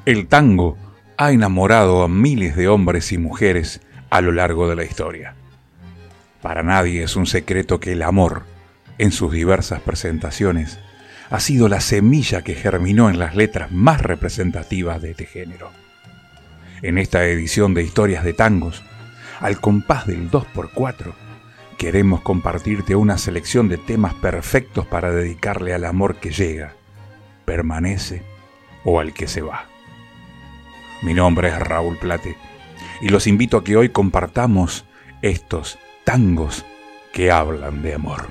El tango ha enamorado a miles de hombres y mujeres a lo largo de la historia. Para nadie es un secreto que el amor, en sus diversas presentaciones, ha sido la semilla que germinó en las letras más representativas de este género. En esta edición de Historias de Tangos, al compás del 2x4, queremos compartirte una selección de temas perfectos para dedicarle al amor que llega, permanece o al que se va. Mi nombre es Raúl Plate y los invito a que hoy compartamos estos tangos que hablan de amor.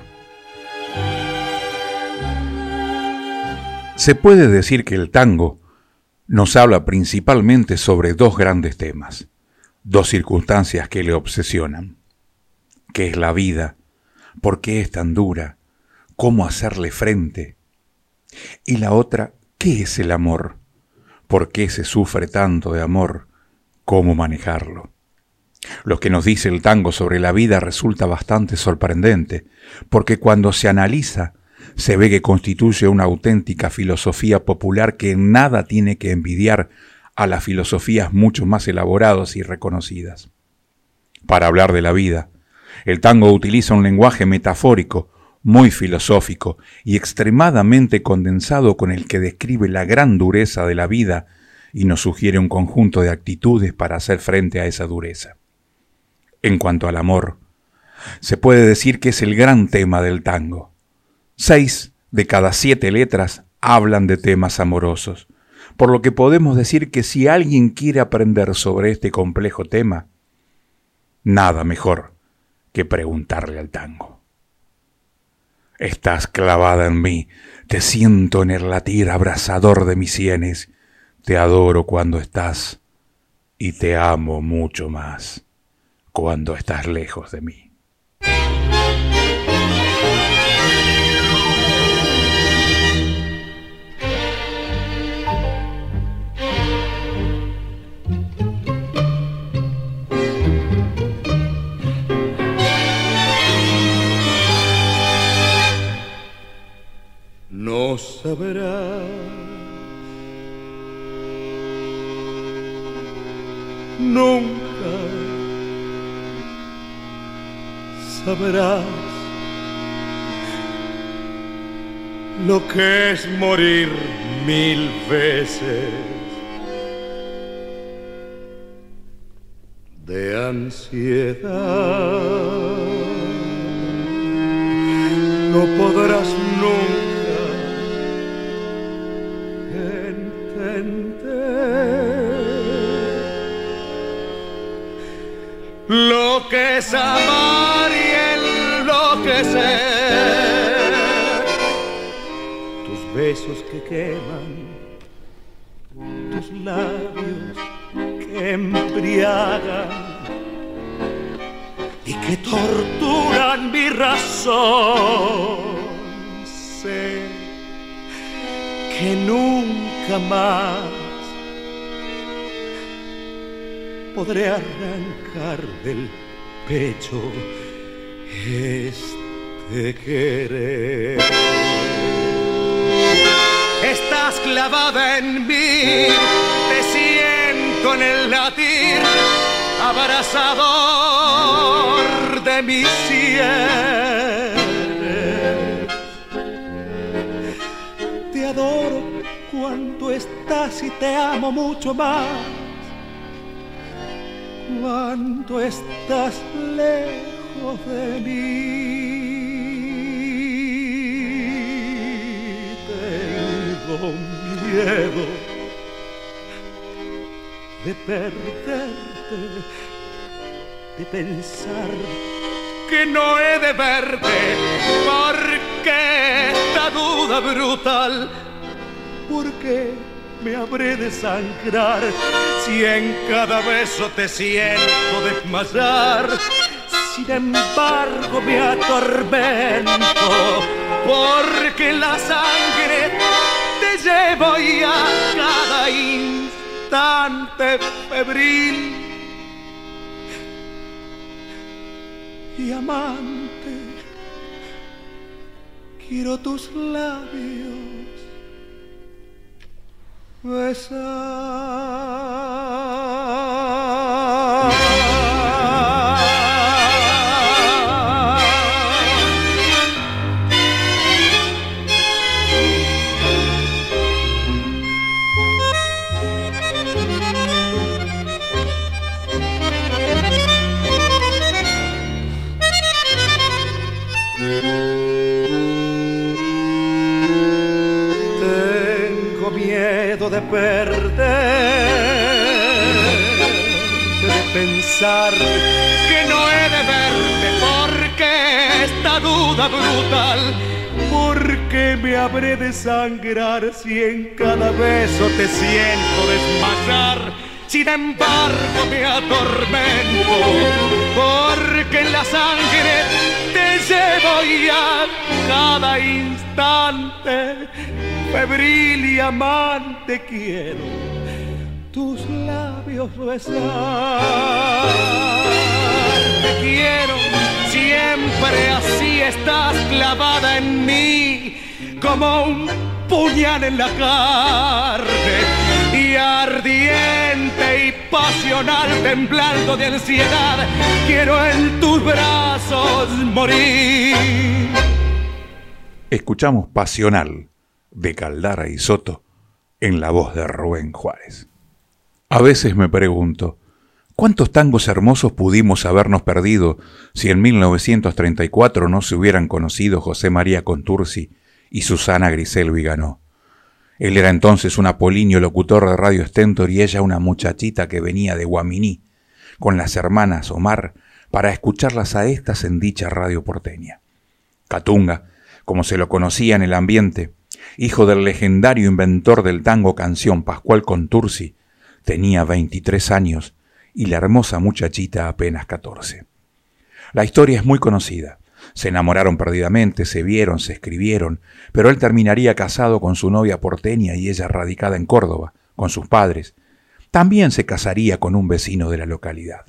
Se puede decir que el tango nos habla principalmente sobre dos grandes temas, dos circunstancias que le obsesionan. ¿Qué es la vida? ¿Por qué es tan dura? ¿Cómo hacerle frente? Y la otra, ¿qué es el amor? ¿Por qué se sufre tanto de amor? ¿Cómo manejarlo? Lo que nos dice el tango sobre la vida resulta bastante sorprendente, porque cuando se analiza, se ve que constituye una auténtica filosofía popular que en nada tiene que envidiar a las filosofías mucho más elaboradas y reconocidas. Para hablar de la vida, el tango utiliza un lenguaje metafórico, muy filosófico y extremadamente condensado con el que describe la gran dureza de la vida y nos sugiere un conjunto de actitudes para hacer frente a esa dureza. En cuanto al amor, se puede decir que es el gran tema del tango. 6 de cada 7 letras hablan de temas amorosos, por lo que podemos decir que si alguien quiere aprender sobre este complejo tema, nada mejor que preguntarle al tango. Estás clavada en mí, te siento en el latir abrasador de mis sienes, te adoro cuando estás y te amo mucho más cuando estás lejos de mí. No sabrás nunca, sabrás lo que es morir 1000 veces de ansiedad. No podrás nunca lo que es amar y enloquecer, tus besos que queman, tus labios que embriagan y que torturan mi razón. Sé que nunca más podré arrancar del pecho este querer. Estás clavada en mí, te siento en el latir abrasador de mis sienes. Te adoro cuando estás y te amo mucho más cuando estás lejos de mí. Tengo miedo de perderte, de pensar que no he de verte, porque esta duda brutal, porque me habré de sangrar si en cada beso te siento desmayar. Sin embargo me atormento porque la sangre te llevo y a cada instante febril. Y amante, quiero tus labios Tengo miedo de perder, de pensar que no he de verte, porque esta duda brutal, porque me habré de sangrar si en cada beso te siento desmayar. Sin embargo me atormento, porque en la sangre te llevo y a cada instante, febril y amante, quiero tus labios besar. Te quiero siempre así, estás clavada en mí como un puñal en la carne, y ardiente y pasional, temblando de ansiedad, quiero en tus brazos morir. Escuchamos Pasional de Caldara y Soto en la voz de Rubén Juárez. A veces me pregunto, ¿cuántos tangos hermosos pudimos habernos perdido si en 1934 no se hubieran conocido José María Contursi y Susana Grisel Viganó? Él era entonces un apolíneo locutor de Radio Stentor y ella una muchachita que venía de Guaminí con las hermanas Omar para escucharlas a estas en dicha radio porteña. Catunga, como se lo conocía en el ambiente, hijo del legendario inventor del tango canción Pascual Contursi, tenía 23 años y la hermosa muchachita apenas 14. La historia es muy conocida. Se enamoraron perdidamente, se vieron, se escribieron, pero él terminaría casado con su novia porteña y ella radicada en Córdoba, con sus padres. También se casaría con un vecino de la localidad.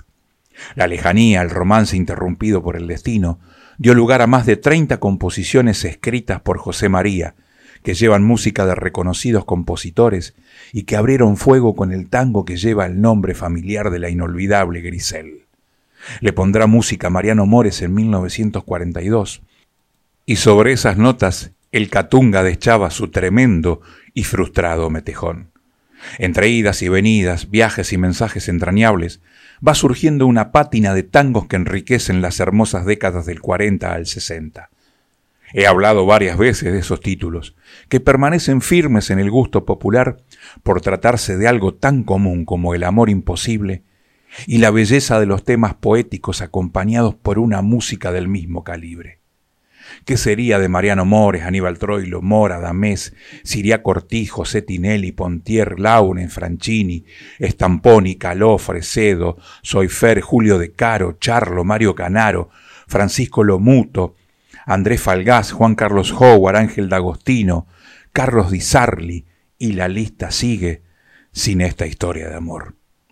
La lejanía, el romance interrumpido por el destino, dio lugar a más de 30 composiciones escritas por José María, que llevan música de reconocidos compositores y que abrieron fuego con el tango que lleva el nombre familiar de la inolvidable Grisel. Le pondrá música Mariano Mores en 1942, y sobre esas notas el Catunga deschaba su tremendo y frustrado metejón. Entre idas y venidas, viajes y mensajes entrañables, va surgiendo una pátina de tangos que enriquecen las hermosas décadas del 40 al 60. He hablado varias veces de esos títulos, que permanecen firmes en el gusto popular por tratarse de algo tan común como el amor imposible y la belleza de los temas poéticos acompañados por una música del mismo calibre. ¿Qué sería de Mariano Mores, Aníbal Troilo, Mora, Damés, Siriaco Ortiz, José Tinelli, Pontier, Lauren, Franchini, Stamponi, Caló, Fresedo, Soyfer, Julio De Caro, Charlo, Mario Canaro, Francisco Lomuto, Andrés Falgás, Juan Carlos Howard, Ángel D'Agostino, Carlos Di Sarli, y la lista sigue sin esta historia de amor?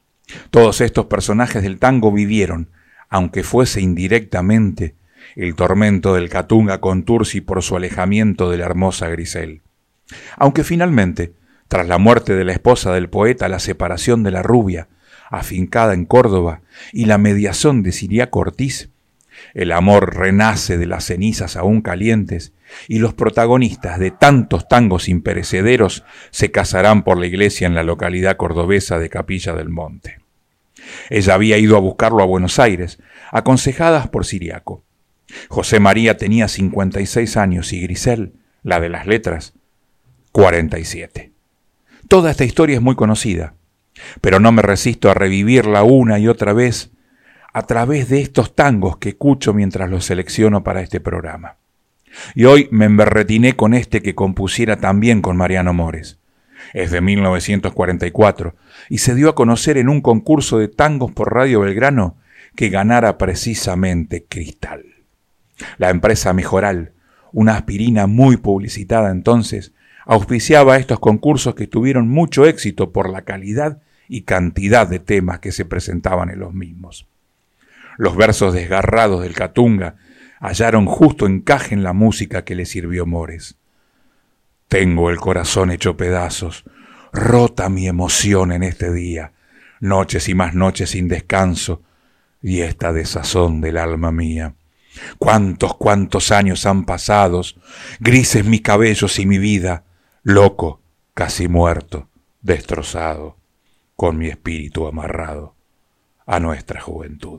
Todos estos personajes del tango vivieron, aunque fuese indirectamente, el tormento del Catunga Contursi por su alejamiento de la hermosa Grisel. Aunque finalmente, tras la muerte de la esposa del poeta, la separación de la rubia, afincada en Córdoba, y la mediación de Siriaco Ortiz, el amor renace de las cenizas aún calientes y los protagonistas de tantos tangos imperecederos se casarán por la iglesia en la localidad cordobesa de Capilla del Monte. Ella había ido a buscarlo a Buenos Aires, aconsejadas por Siriaco. José María tenía 56 años y Grisel, la de las letras, 47. Toda esta historia es muy conocida, pero no me resisto a revivirla una y otra vez a través de estos tangos que escucho mientras los selecciono para este programa. Y hoy me emberretiné con este que compusiera también con Mariano Mores. Es de 1944 y se dio a conocer en un concurso de tangos por Radio Belgrano que ganara precisamente Cristal. La empresa Mejoral, una aspirina muy publicitada entonces, auspiciaba estos concursos que tuvieron mucho éxito por la calidad y cantidad de temas que se presentaban en los mismos. Los versos desgarrados del Catunga hallaron justo encaje en la música que le sirvió Mores. Tengo el corazón hecho pedazos, rota mi emoción en este día, noches y más noches sin descanso, y esta desazón del alma mía. Cuántos años han pasado, grises mis cabellos y mi vida, loco, casi muerto, destrozado, con mi espíritu amarrado a nuestra juventud.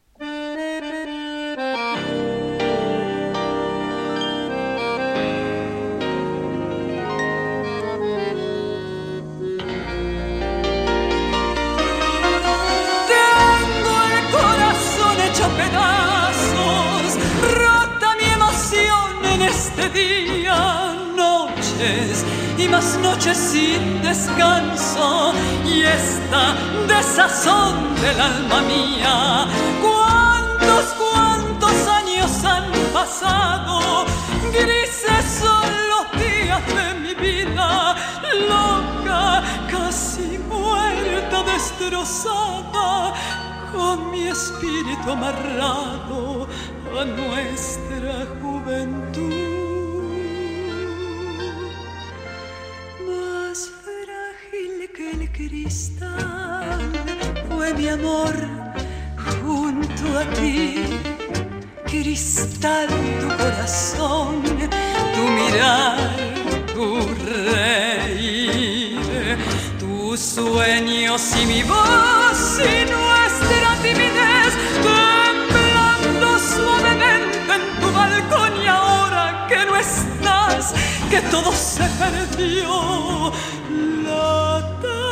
Pedazos, rota mi emoción en este día, noches y más noches sin descanso, y esta desazón del alma mía. Cuántos años han pasado, grises son los días de mi vida, loca, casi muerta, destrozada, con mi espíritu amarrado a nuestra juventud. Más frágil que el cristal fue mi amor junto a ti, cristal tu corazón, tu mirar, tu reír, tus sueños y mi voz y nuestra timidez, temblando suavemente en tu balcón, y ahora que no estás, que todo se perdió, la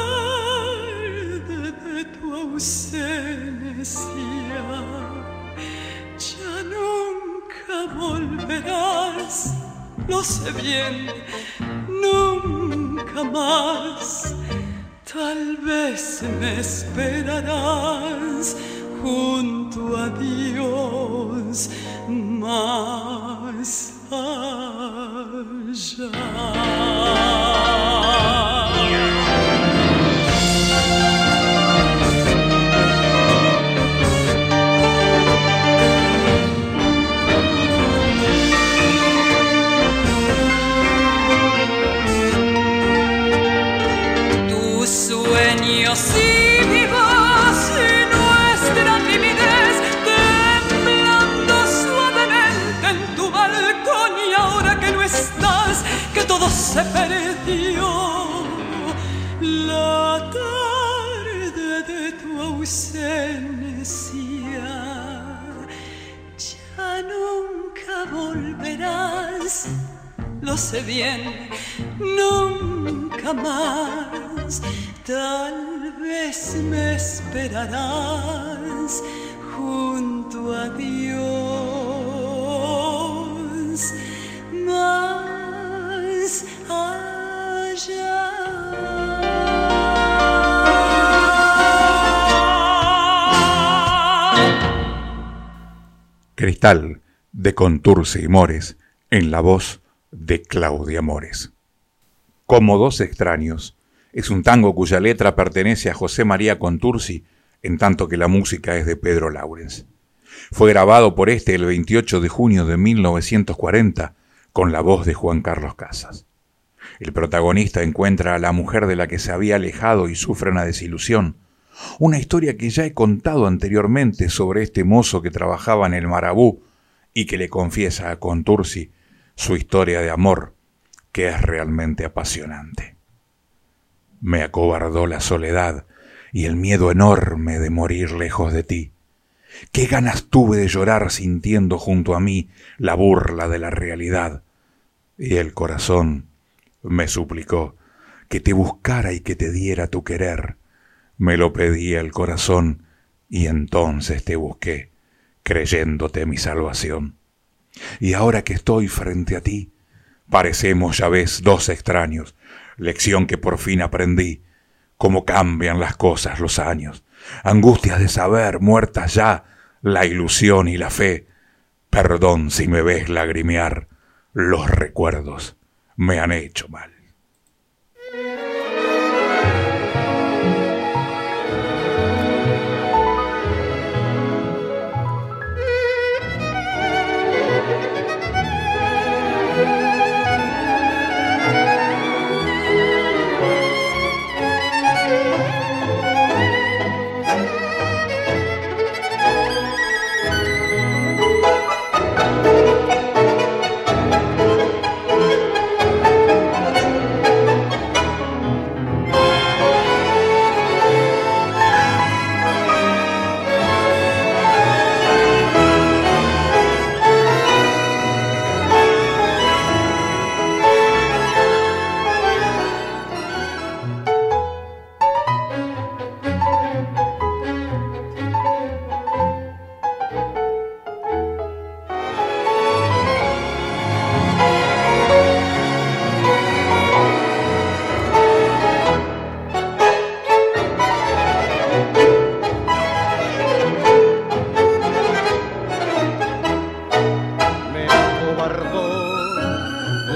tarde de tu ausencia, ya nunca volverás, lo sé bien, nunca más. Tal vez me esperarás junto a Dios más allá. Y mi voz y nuestra timidez, temblando suavemente en tu balcón, y ahora que no estás, que todo se perdió, la tarde de tu ausencia, ya nunca volverás, lo sé bien, nunca más. Tal vez me esperarás junto a Dios más allá. Cristal, de Contursi y Mores, en la voz de Claudia Mores. Como dos extraños, es un tango cuya letra pertenece a José María Contursi, en tanto que la música es de Pedro Laurens. Fue grabado por este el 28 de junio de 1940, con la voz de Juan Carlos Casas. El protagonista encuentra a la mujer de la que se había alejado y sufre una desilusión. Una historia que ya he contado anteriormente sobre este mozo que trabajaba en el Marabú y que le confiesa a Contursi su historia de amor, que es realmente apasionante. Me acobardó la soledad y el miedo enorme de morir lejos de ti. Qué ganas tuve de llorar sintiendo junto a mí la burla de la realidad. Y el corazón me suplicó que te buscara y que te diera tu querer. Me lo pedía el corazón y entonces te busqué, creyéndote mi salvación. Y ahora que estoy frente a ti, parecemos, ya ves, dos extraños, lección que por fin aprendí, cómo cambian las cosas los años, angustias de saber, muertas ya, la ilusión y la fe. Perdón si me ves lagrimear, los recuerdos me han hecho mal.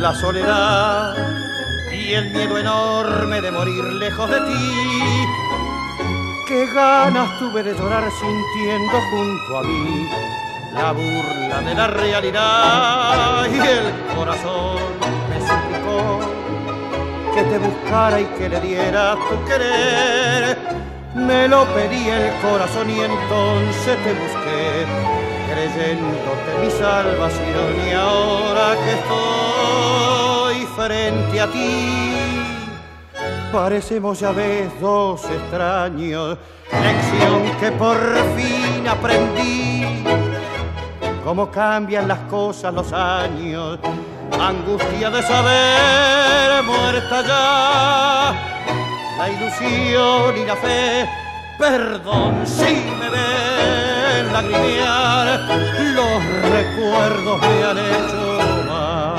la soledad y el miedo enorme de morir lejos de ti. Qué ganas tuve de llorar sintiendo junto a mí la burla de la realidad, y el corazón me suplicó que te buscara y que le diera tu querer. Me lo pedí el corazón y entonces te busqué, creyéndote mi salvación, y ahora que estoy frente a ti, parecemos ya ves dos extraños. Lección que por fin aprendí, cómo cambian las cosas los años, angustia de saber muerta ya la ilusión y la fe. Perdón si me ven lagrimear, los recuerdos me han hecho mal.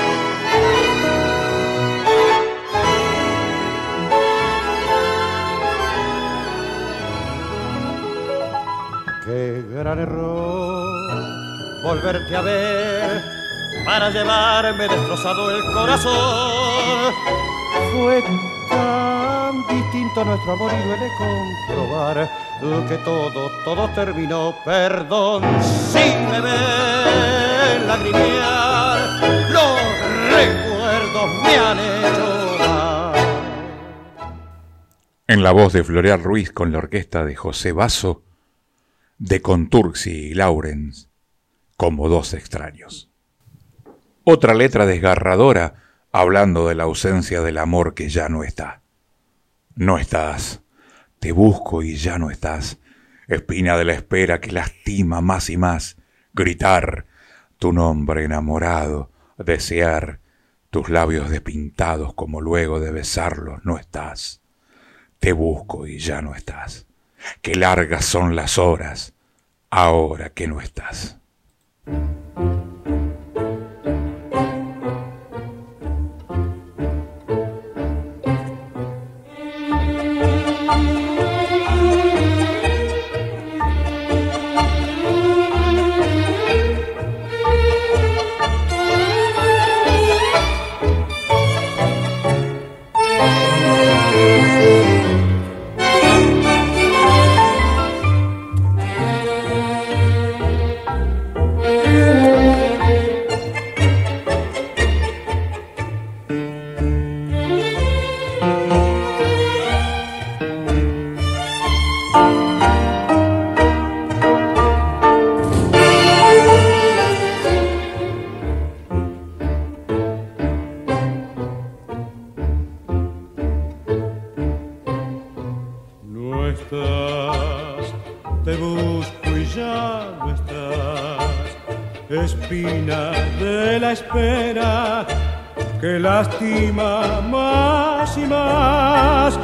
Qué gran error volverte a ver para llevarme destrozado el corazón. Fue tan distinto nuestro amor y duele comprobar que todo terminó. Perdón si me ven lagrimear, los recuerdos me han hecho mal. En la voz de Floreal Ruiz con la orquesta de José Basso, de Contursi y Laurens, como dos extraños. Otra letra desgarradora hablando de la ausencia del amor que ya no está. No estás, te busco y ya no estás, espina de la espera que lastima más y más, gritar tu nombre enamorado, desear tus labios despintados como luego de besarlos no estás. Te busco y ya no estás. Qué largas son las horas, ahora que no estás. Lastima más y más,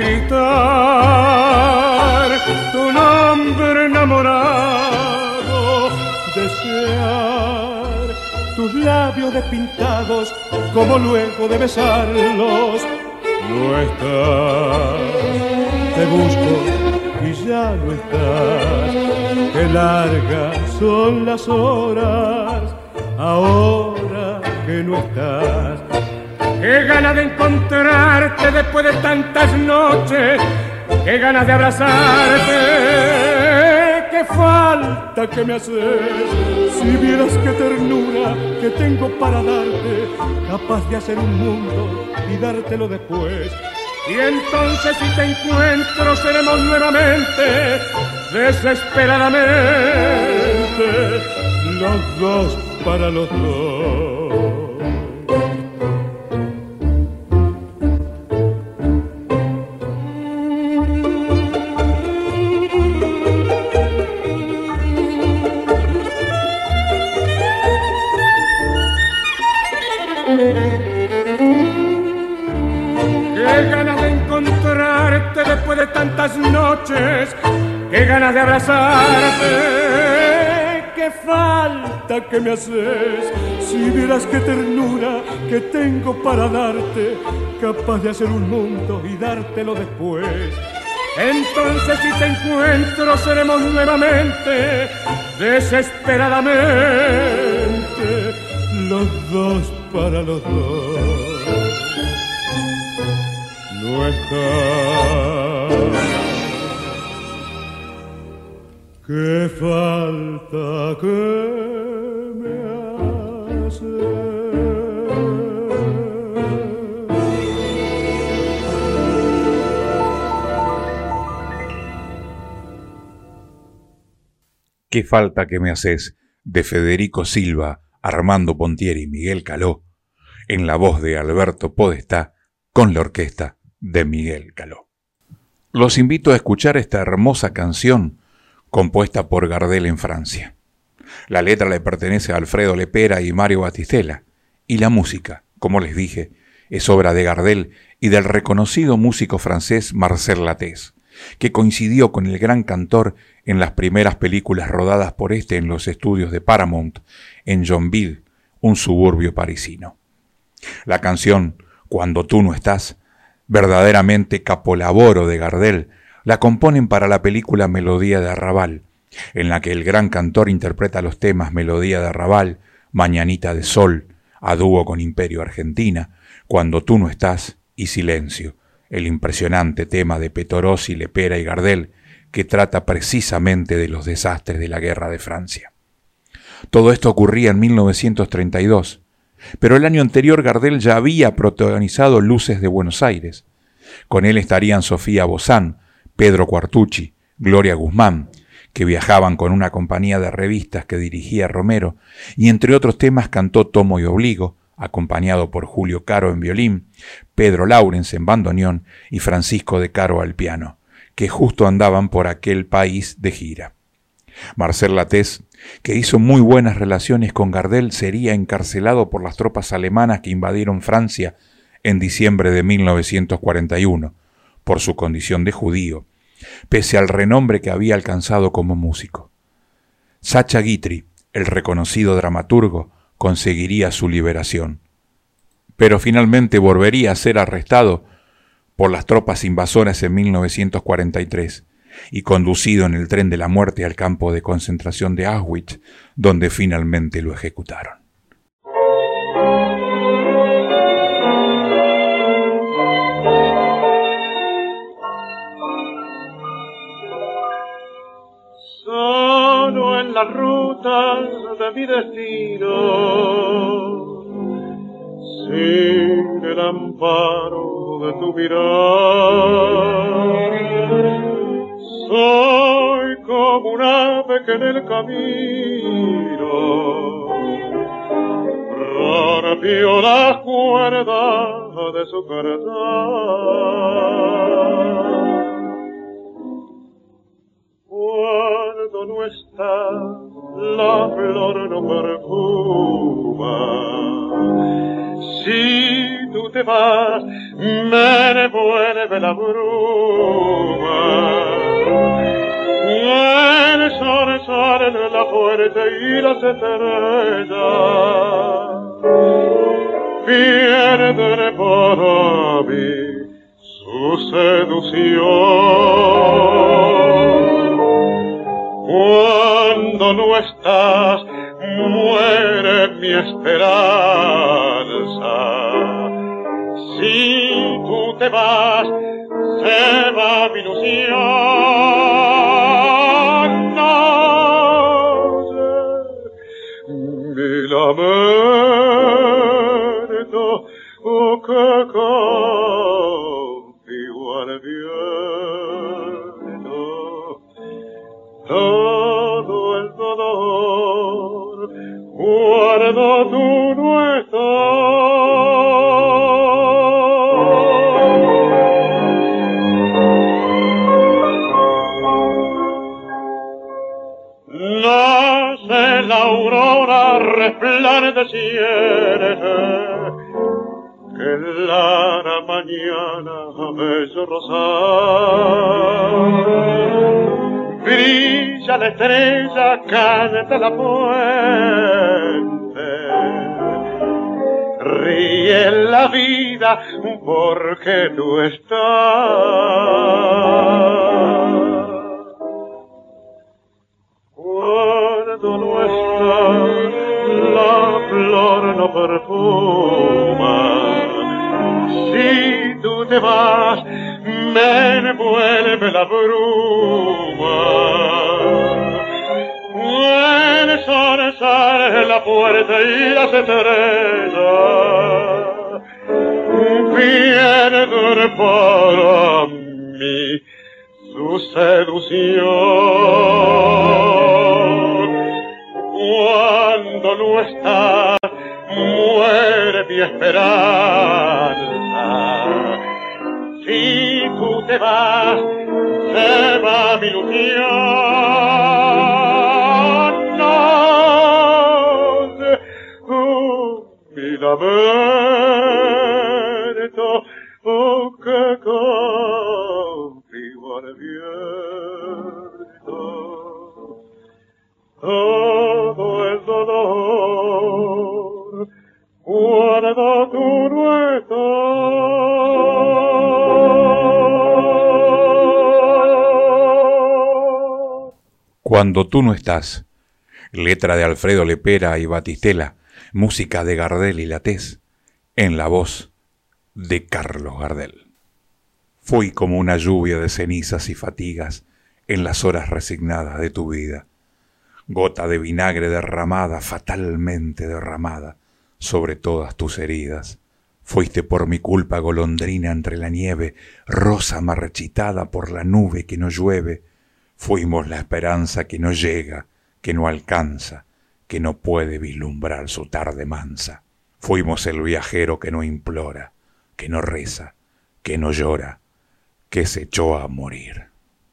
gritar tu nombre enamorado, desear tus labios despintados como luego de besarlos. No estás, te busco y ya no estás. Qué largas son las horas, ahora que no estás. Qué ganas de encontrarte después de tantas noches, qué ganas de abrazarte, qué falta que me haces. Si vieras qué ternura que tengo para darte, capaz de hacer un mundo y dártelo después. Y entonces si te encuentro seremos nuevamente, desesperadamente, los dos para los dos. Después de tantas noches, qué ganas de abrazarte, qué falta que me haces. Si vieras qué ternura que tengo para darte, capaz de hacer un mundo y dártelo después. Entonces si te encuentro seremos nuevamente, desesperadamente, los dos para los dos. No estás. Qué falta que me hace. Qué falta que me haces, de Federico Silva, Armando Pontieri y Miguel Caló, en la voz de Alberto Podestá, con la orquesta de Miguel Caló. Los invito a escuchar esta hermosa canción compuesta por Gardel en Francia. La letra le pertenece a Alfredo Lepera y Mario Battistella, y la música, como les dije, es obra de Gardel y del reconocido músico francés Marcel Lattès, que coincidió con el gran cantor en las primeras películas rodadas por este en los estudios de Paramount, en Yonville, un suburbio parisino. La canción Cuando tú no estás, verdaderamente capolaboro de Gardel, la componen para la película Melodía de Arrabal, en la que el gran cantor interpreta los temas Melodía de Arrabal, Mañanita de Sol, a dúo con Imperio Argentina, Cuando tú no estás y Silencio, el impresionante tema de Petorossi, Lepera y Gardel, que trata precisamente de los desastres de la Guerra de Francia. Todo esto ocurría en 1932, pero el año anterior Gardel ya había protagonizado Luces de Buenos Aires. Con él estarían Sofía Bozán, Pedro Quartucci, Gloria Guzmán, que viajaban con una compañía de revistas que dirigía Romero, y entre otros temas cantó Tomo y Obligo, acompañado por Julio Caro en violín, Pedro Laurens en bandoneón y Francisco de Caro al piano, que justo andaban por aquel país de gira. Marcel Lattès, que hizo muy buenas relaciones con Gardel, sería encarcelado por las tropas alemanas que invadieron Francia en diciembre de 1941, por su condición de judío, pese al renombre que había alcanzado como músico. Sacha Guitry, el reconocido dramaturgo, conseguiría su liberación, pero finalmente volvería a ser arrestado por las tropas invasoras en 1943 y conducido en el tren de la muerte al campo de concentración de Auschwitz, donde finalmente lo ejecutaron. Solo en la ruta de mi destino, sin el amparo de tu mirar, soy como un ave que en el camino rompió las cuerdas de su cantar. Cuando no está, la flor no perfuma. Si tú te vas, me devuelve la bruma. El sol sale en la fuerte y las estrellas pierden para mí su seducción. Cuando no estás, muere mi esperanza. Si tú te vas, se va mi ilusión. No sé, mi lamento, que confío al viento. Todo el dolor, cuando tú no estás. Nace la aurora resplandeciente, que en la mañana bello rosal brilla la estrella, canta la fuente, ríe la vida porque tú estás. Cuando no estás, la flor no perfuma. Si tú te vas, me envuelve la bruma. El sol sale en la puerta y las estrellas pierden para mí su seducción. Cuando no está, muere mi esperanza. Si tú te vas, se va mi ilusión. No sé, mi lamento, oh, que contigo advierto. Todo el dolor cuando tú no estás. Cuando tú no estás, letra de Alfredo Lepera y Batistela, música de Gardel y Latés, en la voz de Carlos Gardel. Fui como una lluvia de cenizas y fatigas en las horas resignadas de tu vida, gota de vinagre derramada, fatalmente derramada, sobre todas tus heridas. Fuiste por mi culpa golondrina entre la nieve, rosa marchitada por la nube que no llueve. Fuimos la esperanza que no llega, que no alcanza, que no puede vislumbrar su tarde mansa. Fuimos el viajero que no implora, que no reza, que no llora, que se echó a morir.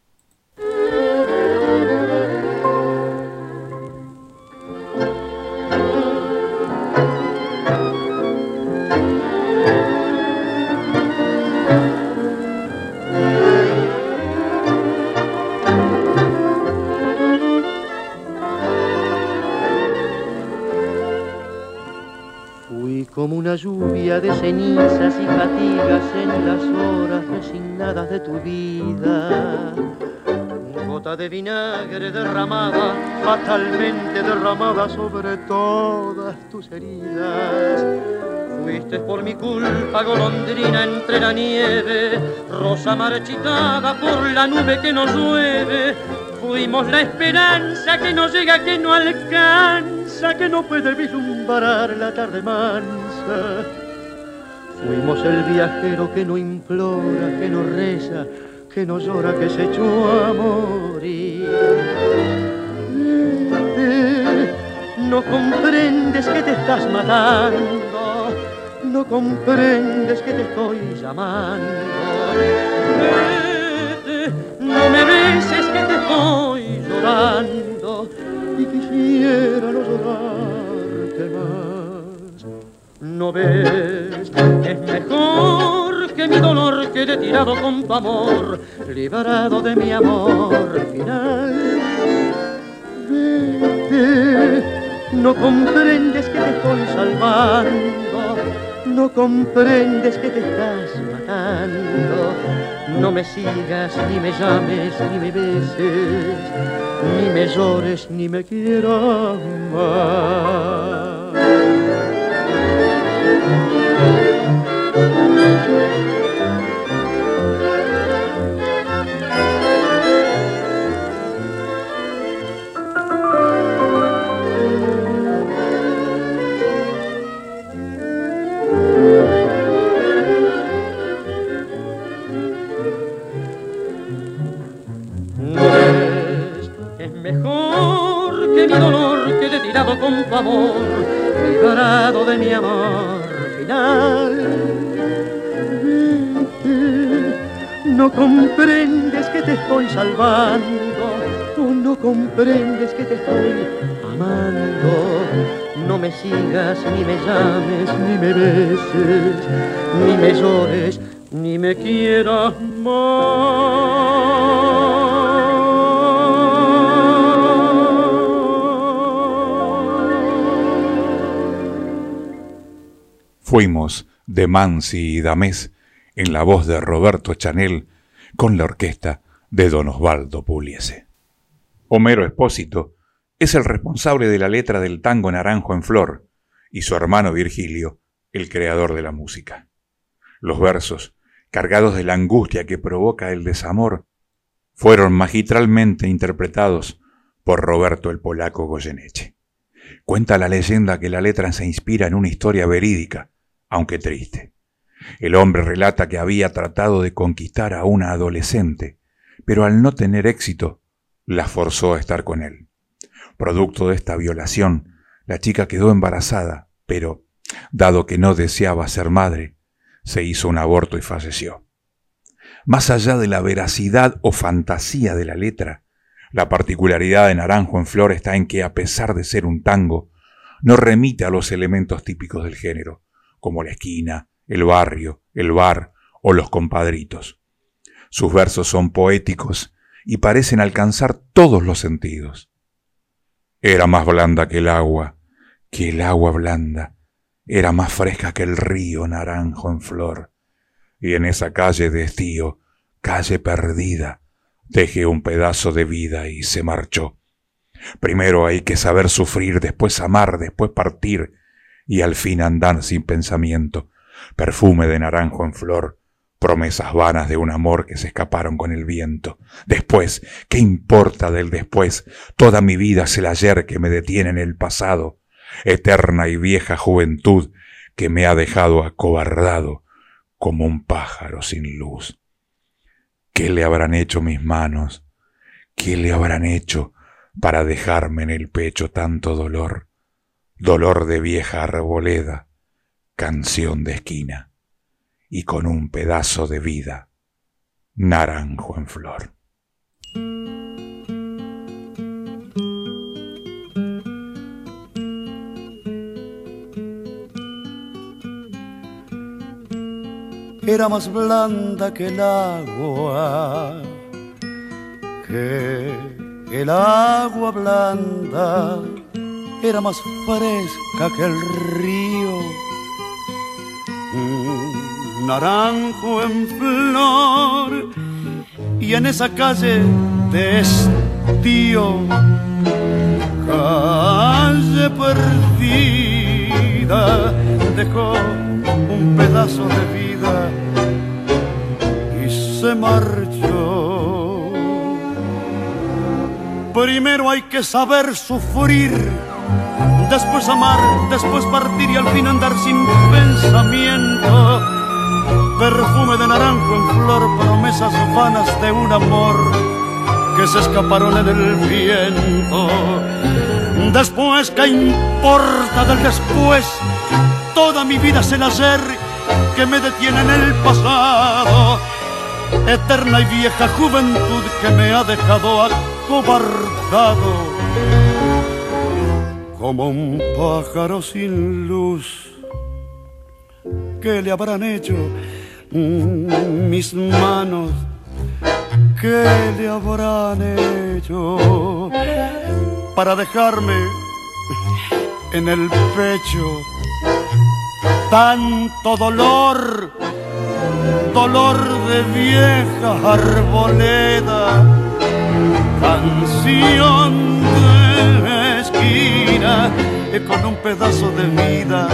Como una lluvia de cenizas y fatigas en las horas resignadas de tu vida. Gota de vinagre derramada, fatalmente derramada sobre todas tus heridas. Fuiste por mi culpa golondrina entre la nieve, rosa marchitada por la nube que no llueve. Fuimos la esperanza que no llega, que no alcanza, que no puede vislumbrar la tarde mansa. Fuimos el viajero que no implora, que no reza, que no llora, que se echó a morir. No comprendes que te estás matando, no comprendes que te estoy llamando. No me beses que te estoy llorando y quisiera no llorarte más. No ves, es mejor que mi dolor quede tirado con tu amor, librado de mi amor final. Vete, no comprendes que te estoy salvando, no comprendes que te estás matando. No me sigas, ni me llames, ni me beses, ni me llores, ni me quieras más. Con tu amor, librado de mi amor final. No comprendes que te estoy salvando, no comprendes que te estoy amando. No me sigas, ni me llames, ni me beses, ni me llores, ni me quieras más. Fuimos de Mansi y Damés en la voz de Roberto Chanel con la orquesta de Don Osvaldo Pugliese. Homero Espósito es el responsable de la letra del tango Naranjo en Flor, y su hermano Virgilio, el creador de la música. Los versos, cargados de la angustia que provoca el desamor, fueron magistralmente interpretados por Roberto el Polaco Goyeneche. Cuenta la leyenda que la letra se inspira en una historia verídica, aunque triste. El hombre relata que había tratado de conquistar a una adolescente, pero al no tener éxito, la forzó a estar con él. Producto de esta violación, la chica quedó embarazada, pero, dado que no deseaba ser madre, se hizo un aborto y falleció. Más allá de la veracidad o fantasía de la letra, la particularidad de Naranjo en Flor está en que, a pesar de ser un tango, no remite a los elementos típicos del género, como la esquina, el barrio, el bar o los compadritos. Sus versos son poéticos y parecen alcanzar todos los sentidos. Era más blanda que el agua blanda, era más fresca que el río Naranjo en Flor, y en esa calle de estío, calle perdida, dejé un pedazo de vida y se marchó. Primero hay que saber sufrir, después amar, después partir, y al fin andar sin pensamiento. Perfume de naranjo en flor, promesas vanas de un amor que se escaparon con el viento. Después, ¿qué importa del después? Toda mi vida es el ayer que me detiene en el pasado, eterna y vieja juventud que me ha dejado acobardado como un pájaro sin luz. ¿Qué le habrán hecho mis manos? ¿Qué le habrán hecho para dejarme en el pecho tanto dolor? Dolor de vieja arboleda, canción de esquina, y con un pedazo de vida, naranjo en flor. Era más blanda que el agua blanda, era más fresca que el río. Naranjo en flor, y en esa calle de estío, calle perdida, dejó un pedazo de vida y se marchó. Primero hay que saber sufrir, después amar, después partir y al fin andar sin pensamiento. Perfume de naranjo en flor, promesas vanas de un amor que se escaparon en el viento. Después, ¿qué importa del después? Toda mi vida es el ayer que me detiene en el pasado, eterna y vieja juventud que me ha dejado acobardado como un pájaro sin luz. ¿Qué le habrán hecho mis manos? ¿Qué le habrán hecho para dejarme en el pecho tanto dolor? Dolor de vieja arboleda, canción de esquina, con un pedazo de vida,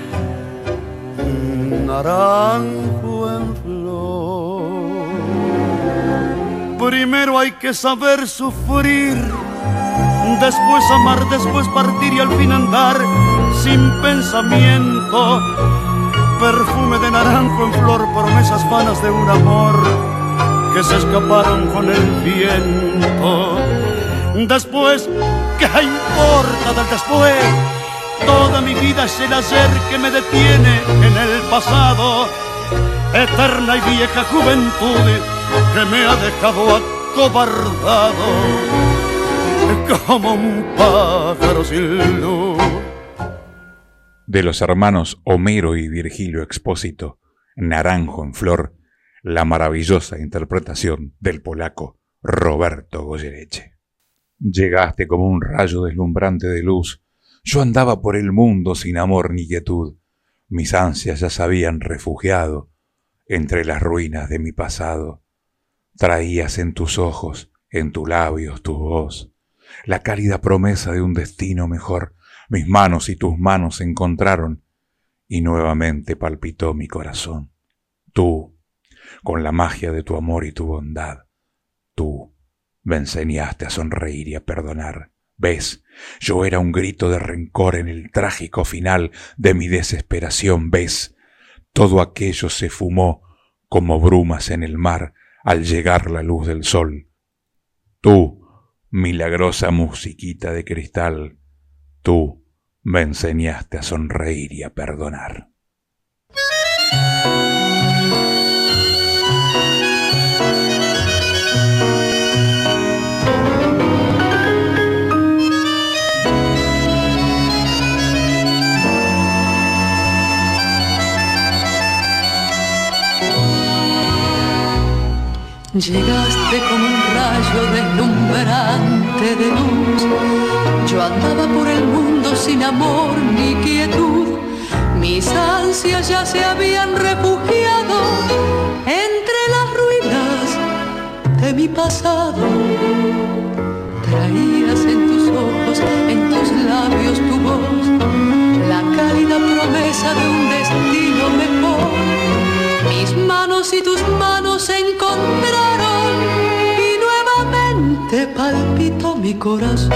naranjo en flor. Primero hay que saber sufrir, después amar, después partir y al fin andar sin pensamiento. Perfume de naranjo en flor, promesas vanas de un amor que se escaparon con el viento. Después, ¿qué importa del después? Toda mi vida es el ayer que me detiene en el pasado, eterna y vieja juventud que me ha dejado acobardado como un pájaro sin luz. De los hermanos Homero y Virgilio Expósito, Naranjo en Flor, la maravillosa interpretación del polaco Roberto Goyeneche. Llegaste como un rayo deslumbrante de luz. Yo andaba por el mundo sin amor ni quietud. Mis ansias ya se habían refugiado entre las ruinas de mi pasado. Traías en tus ojos, en tus labios, tu voz, la cálida promesa de un destino mejor. Mis manos y tus manos se encontraron y nuevamente palpitó mi corazón. Tú, con la magia de tu amor y tu bondad, tú me enseñaste a sonreír y a perdonar. ¿Ves? Yo era un grito de rencor en el trágico final de mi desesperación. ¿Ves? Todo aquello se fumó como brumas en el mar al llegar la luz del sol. Tú, milagrosa musiquita de cristal, tú me enseñaste a sonreír y a perdonar. Llegaste como un rayo deslumbrante de luz. Yo andaba por el mundo sin amor ni quietud. Mis ansias ya se habían refugiado entre las ruinas de mi pasado. Traías en tus ojos, en tus labios tu voz, la cálida promesa de un destino mejor. Mis manos y tus manos se encontraron y nuevamente palpitó mi corazón.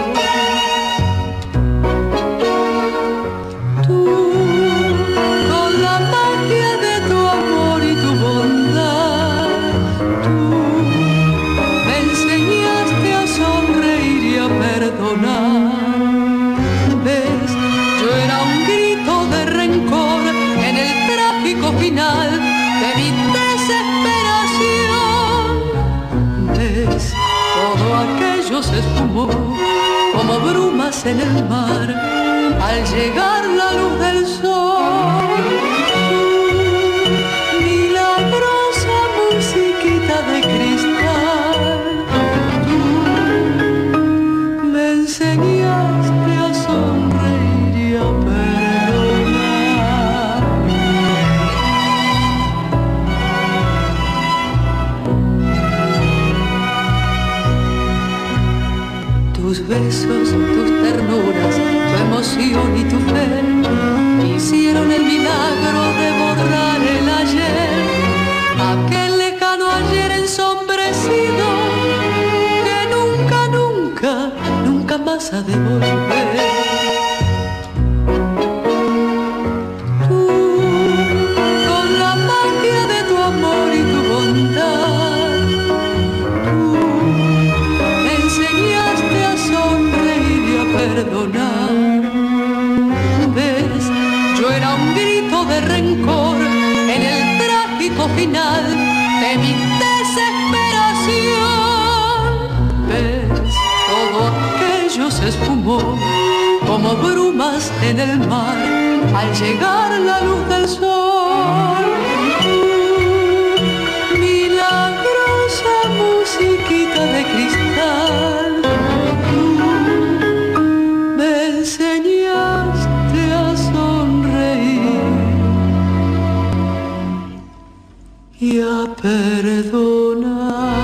Tú, con la magia de tu amor y tu bondad, tú me enseñaste a sonreír y a perdonar. ¿Ves? Yo era un grito de rencor en el trágico final de mi desesperación. ¿Ves? Todo aquello se esfumó como brumas en el mar al llegar la luz del sol. Milagrosa musiquita de cristal, tú me enseñaste a sonreír y a perdonar. Tus besos, tus ternuras, tu emoción y tu fe hicieron el milagro de borrar el ayer, aquel lejano ayer ensombrecido que nunca, nunca, nunca más ha de volver. Tú, con la magia de tu amor y tu bondad, tú me enseñaste a sonreír y a perdonar. ¿Ves? Yo era un grito de rencor en el trágico final de mi desesperación. ¿Ves? Todo aquello se esfumó como brumas en el mar al llegar la luz del sol. Milagrosa musiquita de cristal, me enseñaste a sonreír y a perdonar.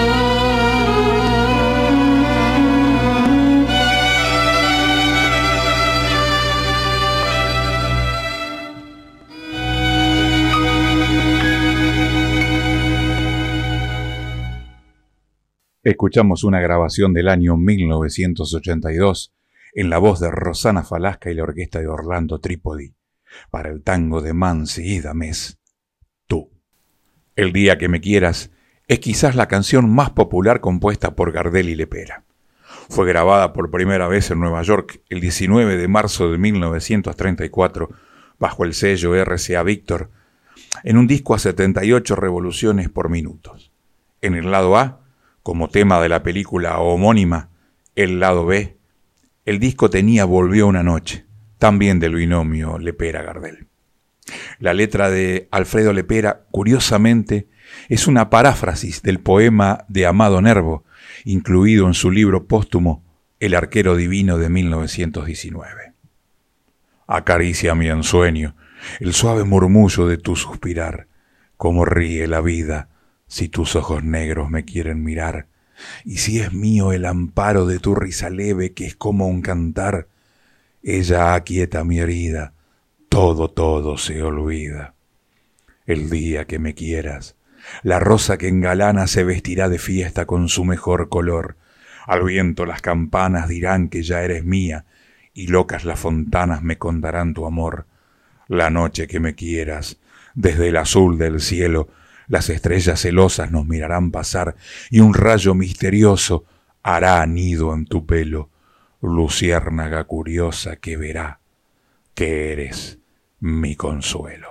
Escuchamos una grabación del año 1982 en la voz de Rosana Falasca y la orquesta de Orlando Trípodi para el tango de Mansi y Damés, Tú. El día que me quieras es quizás la canción más popular compuesta por Gardel y Lepera. Fue grabada por primera vez en Nueva York el 19 de marzo de 1934 bajo el sello RCA Víctor en un disco a 78 revoluciones por minuto. En el lado A, como tema de la película homónima, el lado B, el disco tenía Volvió una noche, también del binomio Lepera-Gardel. La letra de Alfredo Lepera, curiosamente, es una paráfrasis del poema de Amado Nervo, incluido en su libro póstumo El arquero divino de 1919. Acaricia mi ensueño, el suave murmullo de tu suspirar, cómo ríe la vida si tus ojos negros me quieren mirar, y si es mío el amparo de tu risa leve que es como un cantar, ella aquieta mi herida, todo se olvida. El día que me quieras, la rosa que engalana se vestirá de fiesta con su mejor color. Al viento las campanas dirán que ya eres mía, y locas las fontanas me contarán tu amor. La noche que me quieras, desde el azul del cielo, las estrellas celosas nos mirarán pasar, y un rayo misterioso hará nido en tu pelo, luciérnaga curiosa que verá que eres mi consuelo.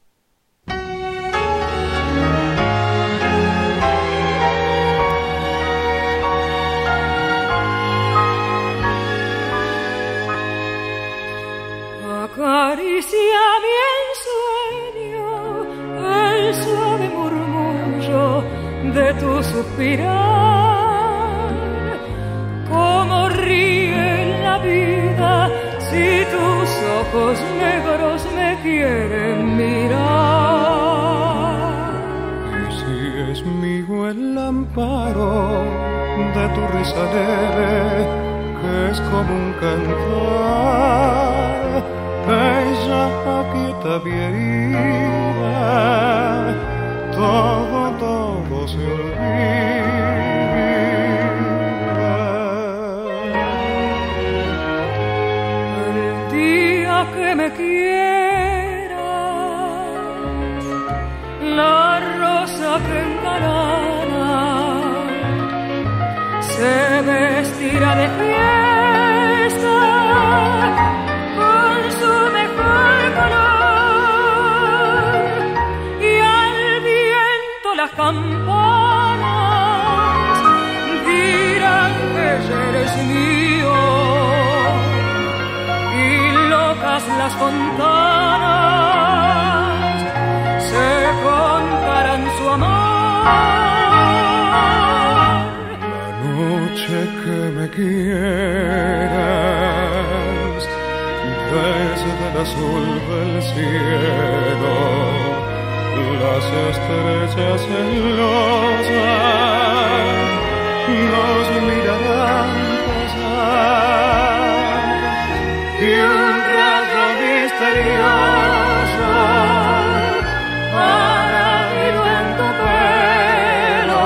Acaricia mi ensueño el suave murmullo de tu suspirar, como ríe la vida si tus ojos negros me quieren mirar. Y si es mío el amparo de tu risa leve, que es como un cantar, ella aquieta mi herida, todo se olvida. El día que me quieras, la rosa que engalana se vestirá de fiesta con su mejor color, y al viento las campanas dirán que ya eres mío, y locas las fontanas se contarán su amor. Que me quieras, desde el azul del cielo, las estrellas celosas nos mirarán pasar, y un rayo misterioso hará nido en tu pelo,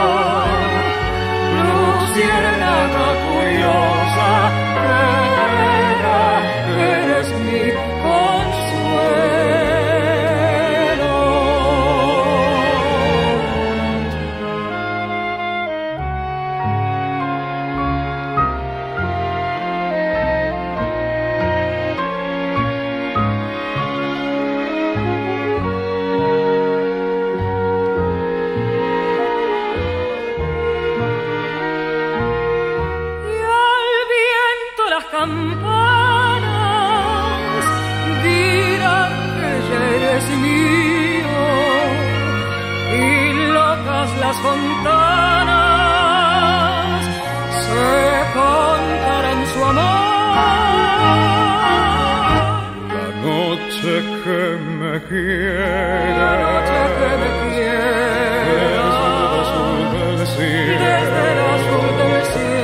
luciérnaga curiosa que eres mi consuelo. Campanas dirán que ya eres mío, y locas las fontanas se contarán su amor. La noche que me quiera, la noche que me quiera, desde el azul del cielo, desde el azul del cielo.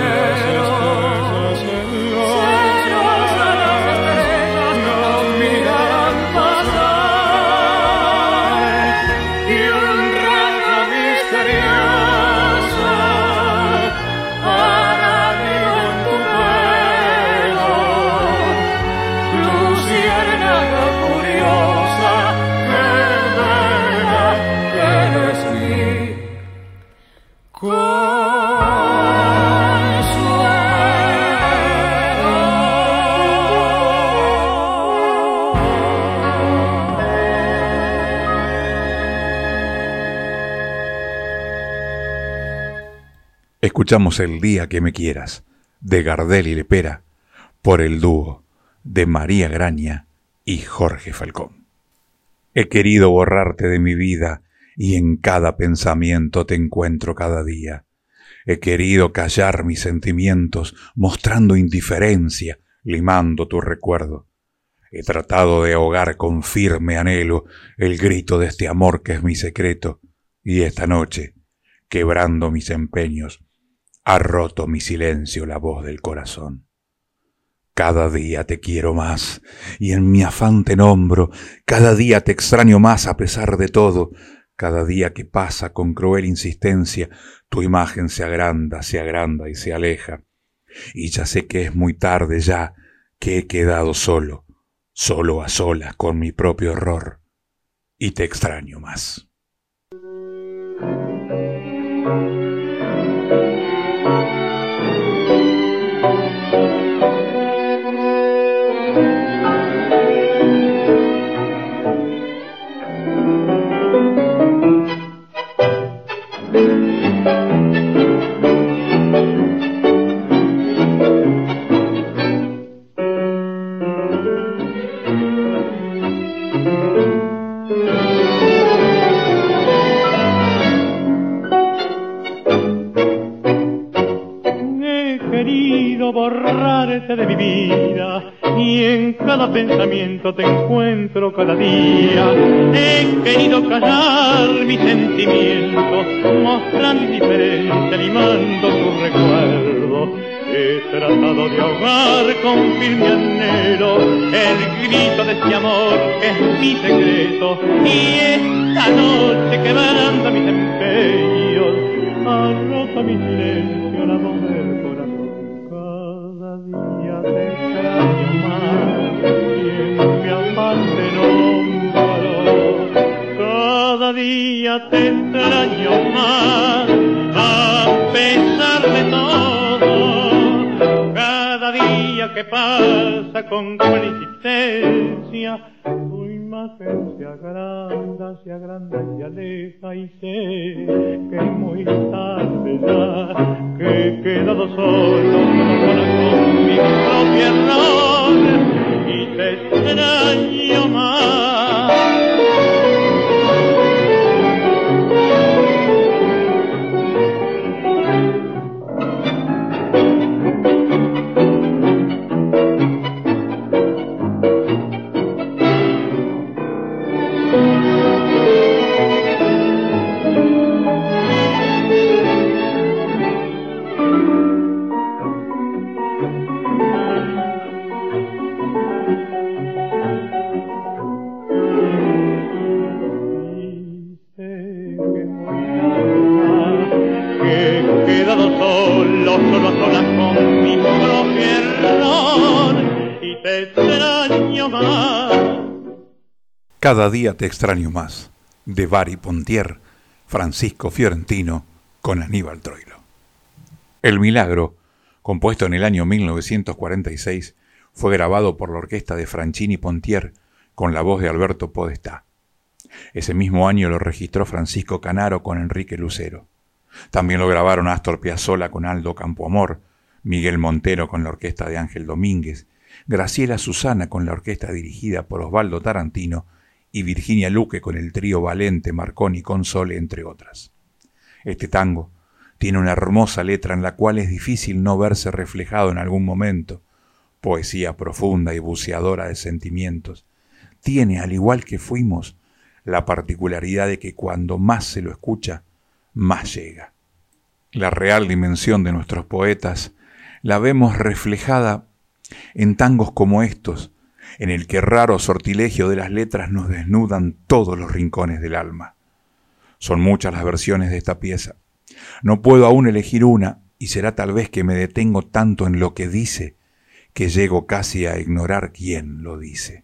Escuchamos El día que me quieras, de Gardel y Lepera, por el dúo de María Graña y Jorge Falcón. He querido borrarte de mi vida y en cada pensamiento te encuentro cada día. He querido callar mis sentimientos mostrando indiferencia, limando tu recuerdo. He tratado de ahogar con firme anhelo el grito de este amor que es mi secreto, y esta noche, quebrando mis empeños, ha roto mi silencio la voz del corazón. Cada día te quiero más, y en mi afán te nombro, cada día te extraño más a pesar de todo, cada día que pasa con cruel insistencia, tu imagen se agranda y se aleja, y ya sé que es muy tarde ya, que he quedado solo a solas con mi propio horror, y te extraño más. Borrarte de mi vida y en cada pensamiento te encuentro cada día. He querido callar mis sentimientos, mostrando indiferencia, limando tu recuerdo. He tratado de ahogar con firme anhelo el grito de este amor que es mi secreto, y esta noche quebrando mis empeños ha roto mi silencio la voz del corazón. Te extraño más y en mi afán te nombro. Cada día te extraño más a pesar de todo. Cada día que pasa con cruel insistencia, tu imagen se agranda y se aleja, y sé que es muy tarde ya, que he quedado solo con mi propio error, y te extraño más. Cada día te extraño más, de Bari Pontier, Francisco Fiorentino, con Aníbal Troilo. El Milagro, compuesto en el año 1946, fue grabado por la orquesta de Franchini Pontier con la voz de Alberto Podestá. Ese mismo año lo registró Francisco Canaro con Enrique Lucero. También lo grabaron Astor Piazzolla con Aldo Campoamor, Miguel Montero con la orquesta de Ángel Domínguez, Graciela Susana con la orquesta dirigida por Osvaldo Tarantino y Virginia Luque con el trío Valente, Marconi, Console, entre otras. Este tango tiene una hermosa letra en la cual es difícil no verse reflejado en algún momento, poesía profunda y buceadora de sentimientos. Tiene, al igual que Fuimos, la particularidad de que cuando más se lo escucha, más llega. La real dimensión de nuestros poetas la vemos reflejada en tangos como estos, en el que raro sortilegio de las letras nos desnudan todos los rincones del alma. Son muchas las versiones de esta pieza. No puedo aún elegir una, y será tal vez que me detengo tanto en lo que dice, que llego casi a ignorar quién lo dice.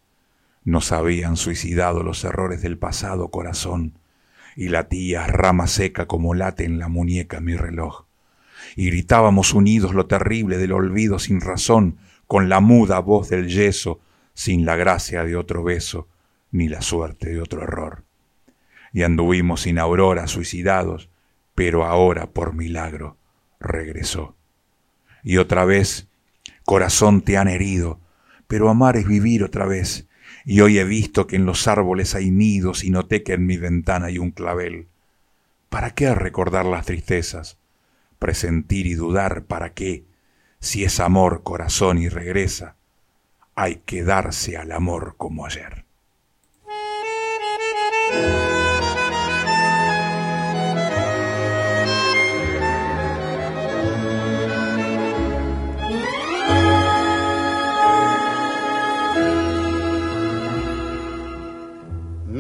Nos habían suicidado los errores del pasado, corazón, y latías rama seca como late en la muñeca mi reloj. Y gritábamos unidos lo terrible del olvido sin razón, con la muda voz del yeso, sin la gracia de otro beso, ni la suerte de otro error. Y anduvimos sin aurora suicidados, pero ahora por milagro regresó. Y otra vez, corazón, te han herido, pero amar es vivir otra vez, y hoy he visto que en los árboles hay nidos y noté que en mi ventana hay un clavel. ¿Para qué recordar las tristezas? Presentir y dudar, ¿para qué? Si es amor, corazón, y regresa, hay que darse al amor como ayer.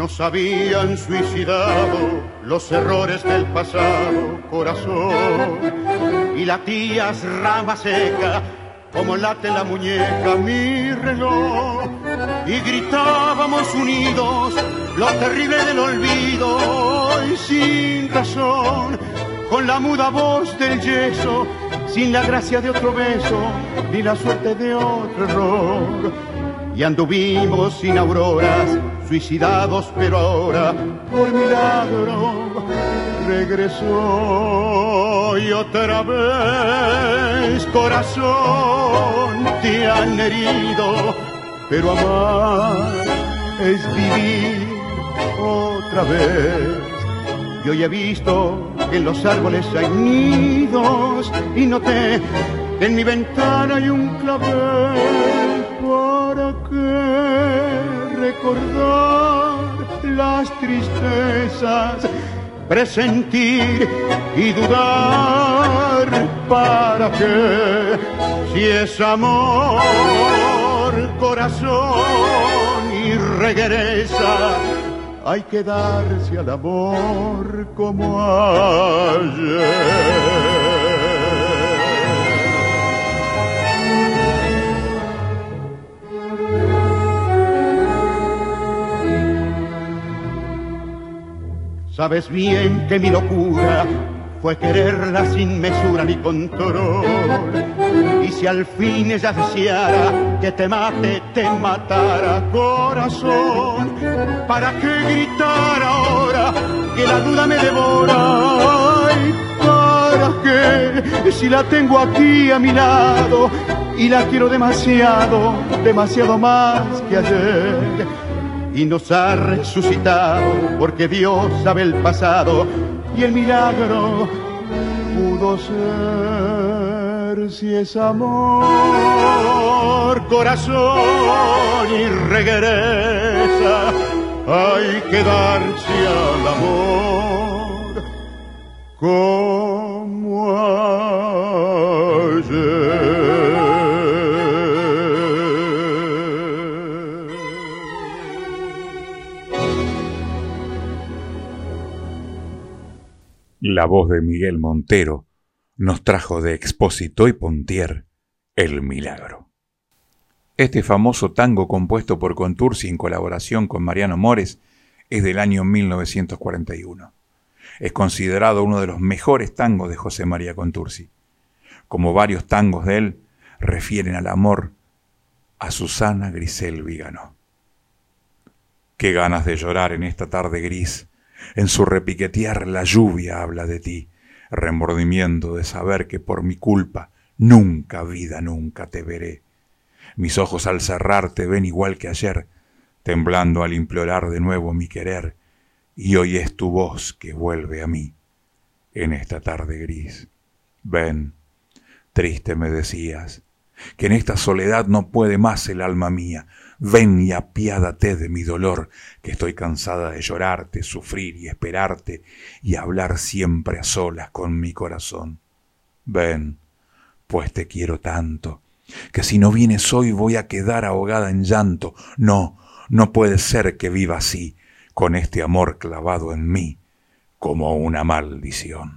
nos habían suicidado los errores del pasado, corazón. Y latías rama seca, como late la muñeca mi reloj. Y gritábamos unidos lo terrible del olvido, y sin razón, con la muda voz del yeso, sin la gracia de otro beso, ni la suerte de otro error. Y anduvimos sin auroras, suicidados, pero ahora, por milagro, regresó. Y otra vez, corazón, te han herido, pero amar es vivir otra vez. Y hoy he visto que en los árboles hay nidos, y noté que en mi ventana hay un clavel. ¿Para qué recordar las tristezas, presentir y dudar? ¿Para qué? Si es amor, corazón, y regresa, hay que darse al amor como ayer. Sabes bien que mi locura fue quererla sin mesura ni control. Y si al fin ella deseara que te mate, te matara, corazón. ¿Para qué gritar ahora que la duda me devora? Ay, ¿para qué? Si la tengo aquí a mi lado y la quiero demasiado, demasiado más que ayer. Y nos ha resucitado porque Dios sabe el pasado, y el milagro pudo ser. Si es amor, corazón, y regresa, hay que darse al amor como ayer. La voz de Miguel Montero nos trajo de Expósito y Pontier El Milagro. Este famoso tango compuesto por Contursi en colaboración con Mariano Mores es del año 1941. Es considerado uno de los mejores tangos de José María Contursi. Como varios tangos de él, refieren al amor a Susana Grisel Viganó. Qué ganas de llorar en esta tarde gris. En su repiquetear la lluvia habla de ti, remordimiento de saber que por mi culpa nunca, vida, nunca te veré. Mis ojos al cerrar te ven igual que ayer, temblando al implorar de nuevo mi querer, y hoy es tu voz que vuelve a mí en esta tarde gris. Ven, triste me decías, que en esta soledad no puede más el alma mía. Ven y apiádate de mi dolor, que estoy cansada de llorarte, sufrir y esperarte, y hablar siempre a solas con mi corazón. Ven, pues te quiero tanto, que si no vienes hoy voy a quedar ahogada en llanto. No, no puede ser que viva así, con este amor clavado en mí, como una maldición.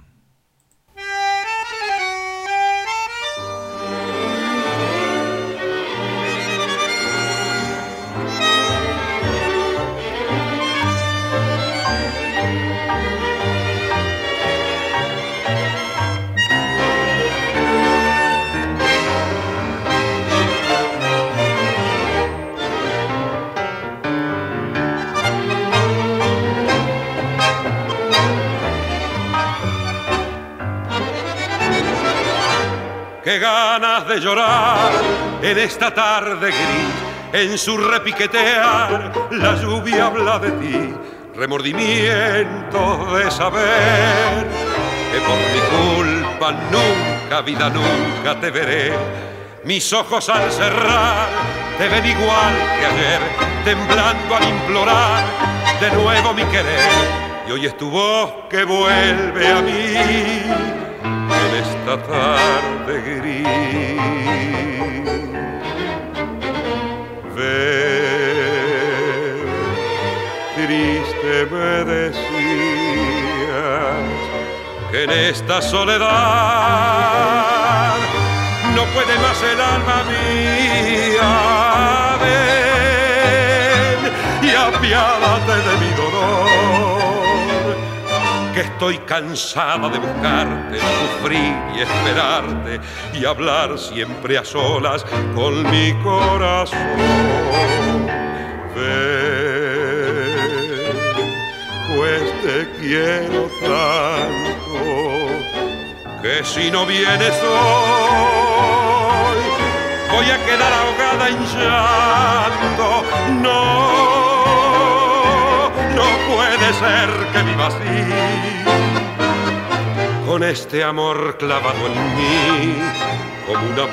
Qué ganas de llorar en esta tarde gris, en su repiquetear la lluvia habla de ti, remordimiento de saber que por mi culpa nunca, vida, nunca te veré. Mis ojos al cerrar te ven igual que ayer, temblando al implorar de nuevo mi querer, y hoy es tu voz que vuelve a mí en esta tarde gris. Ven, triste que en esta soledad no puede más el alma mía. Ven y apiádate de mi dolor, que estoy cansada de buscarte, sufrir y esperarte y hablar siempre a solas con mi corazón. Ven, pues te quiero tanto, que si no vienes hoy voy a quedar ahogada en llanto. No puede ser que viva así, con este amor clavado en mí como una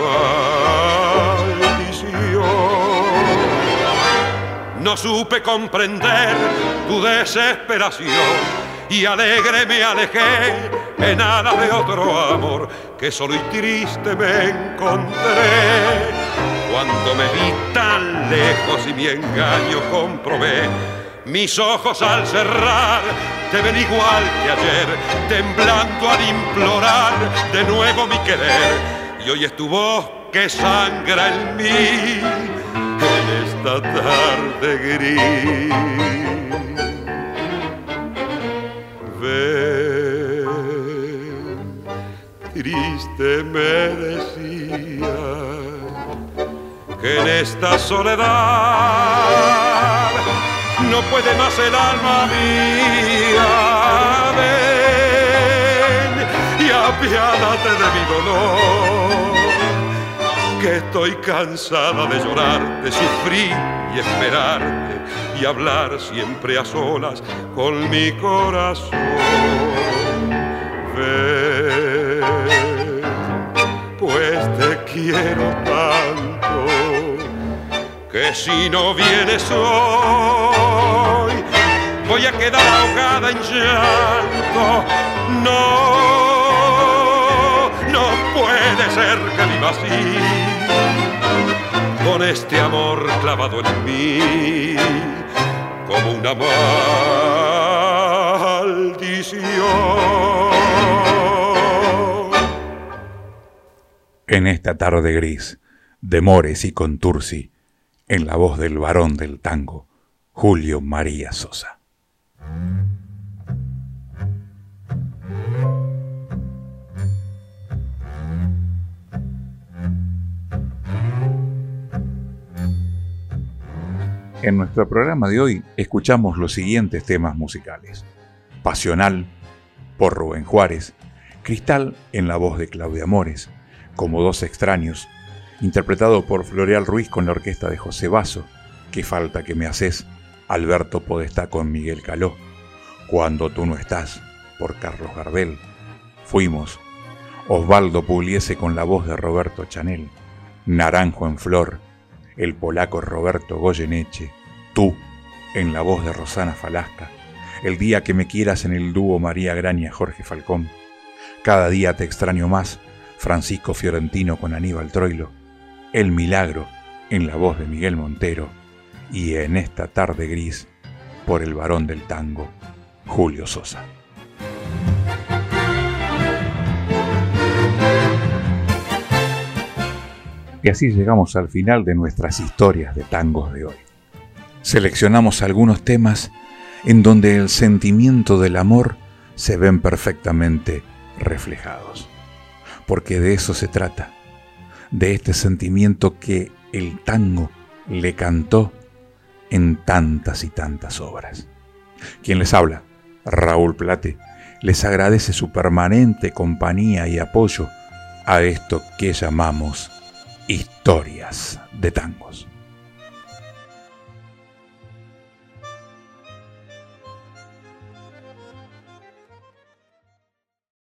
maldición. No supe comprender tu desesperación y alegre me alejé en alas de otro amor, que solo y triste me encontré. Cuando me vi tan lejos y mi engaño comprobé, mis ojos al cerrar te ven igual que ayer, temblando al implorar de nuevo mi querer. Y hoy es tu voz que sangra en mí en esta tarde gris. Ven, triste me decía que en esta soledad no puede más el alma mía. Ven y apiádate de mi dolor, que estoy cansada de llorar, de sufrir y esperarte y hablar siempre a solas con mi corazón. Ven, pues te quiero tanto, que si no vienes hoy voy a quedar ahogada en llanto. No puede ser que viva así, con este amor clavado en mí como una maldición. En esta tarde gris, de Mores y Contursi, en la voz del varón del tango, Julio María Sosa. En nuestro programa de hoy escuchamos los siguientes temas musicales: Pasional, por Rubén Juárez; Cristal, en la voz de Claudia Mores; Como dos extraños, interpretado por Floreal Ruiz con la orquesta de José Basso; Qué falta que me haces, Alberto Podestá con Miguel Caló; Cuando tú no estás, por Carlos Gardel; Fuimos, Osvaldo Pugliese con la voz de Roberto Chanel; Naranjo en flor, el polaco Roberto Goyeneche; Tú, en la voz de Rosana Falasca; El día que me quieras, en el dúo María Graña Jorge Falcón; Cada día te extraño más, Francisco Fiorentino con Aníbal Troilo; El milagro, en la voz de Miguel Montero; y En esta tarde gris, por el varón del tango, Julio Sosa. Y así llegamos al final de nuestras historias de tangos de hoy. Seleccionamos algunos temas en donde el sentimiento del amor se ven perfectamente reflejados. Porque de eso se trata, de este sentimiento que el tango le cantó en tantas y tantas obras. Quien les habla, Raúl Plate, les agradece su permanente compañía y apoyo a esto que llamamos Historias de Tangos.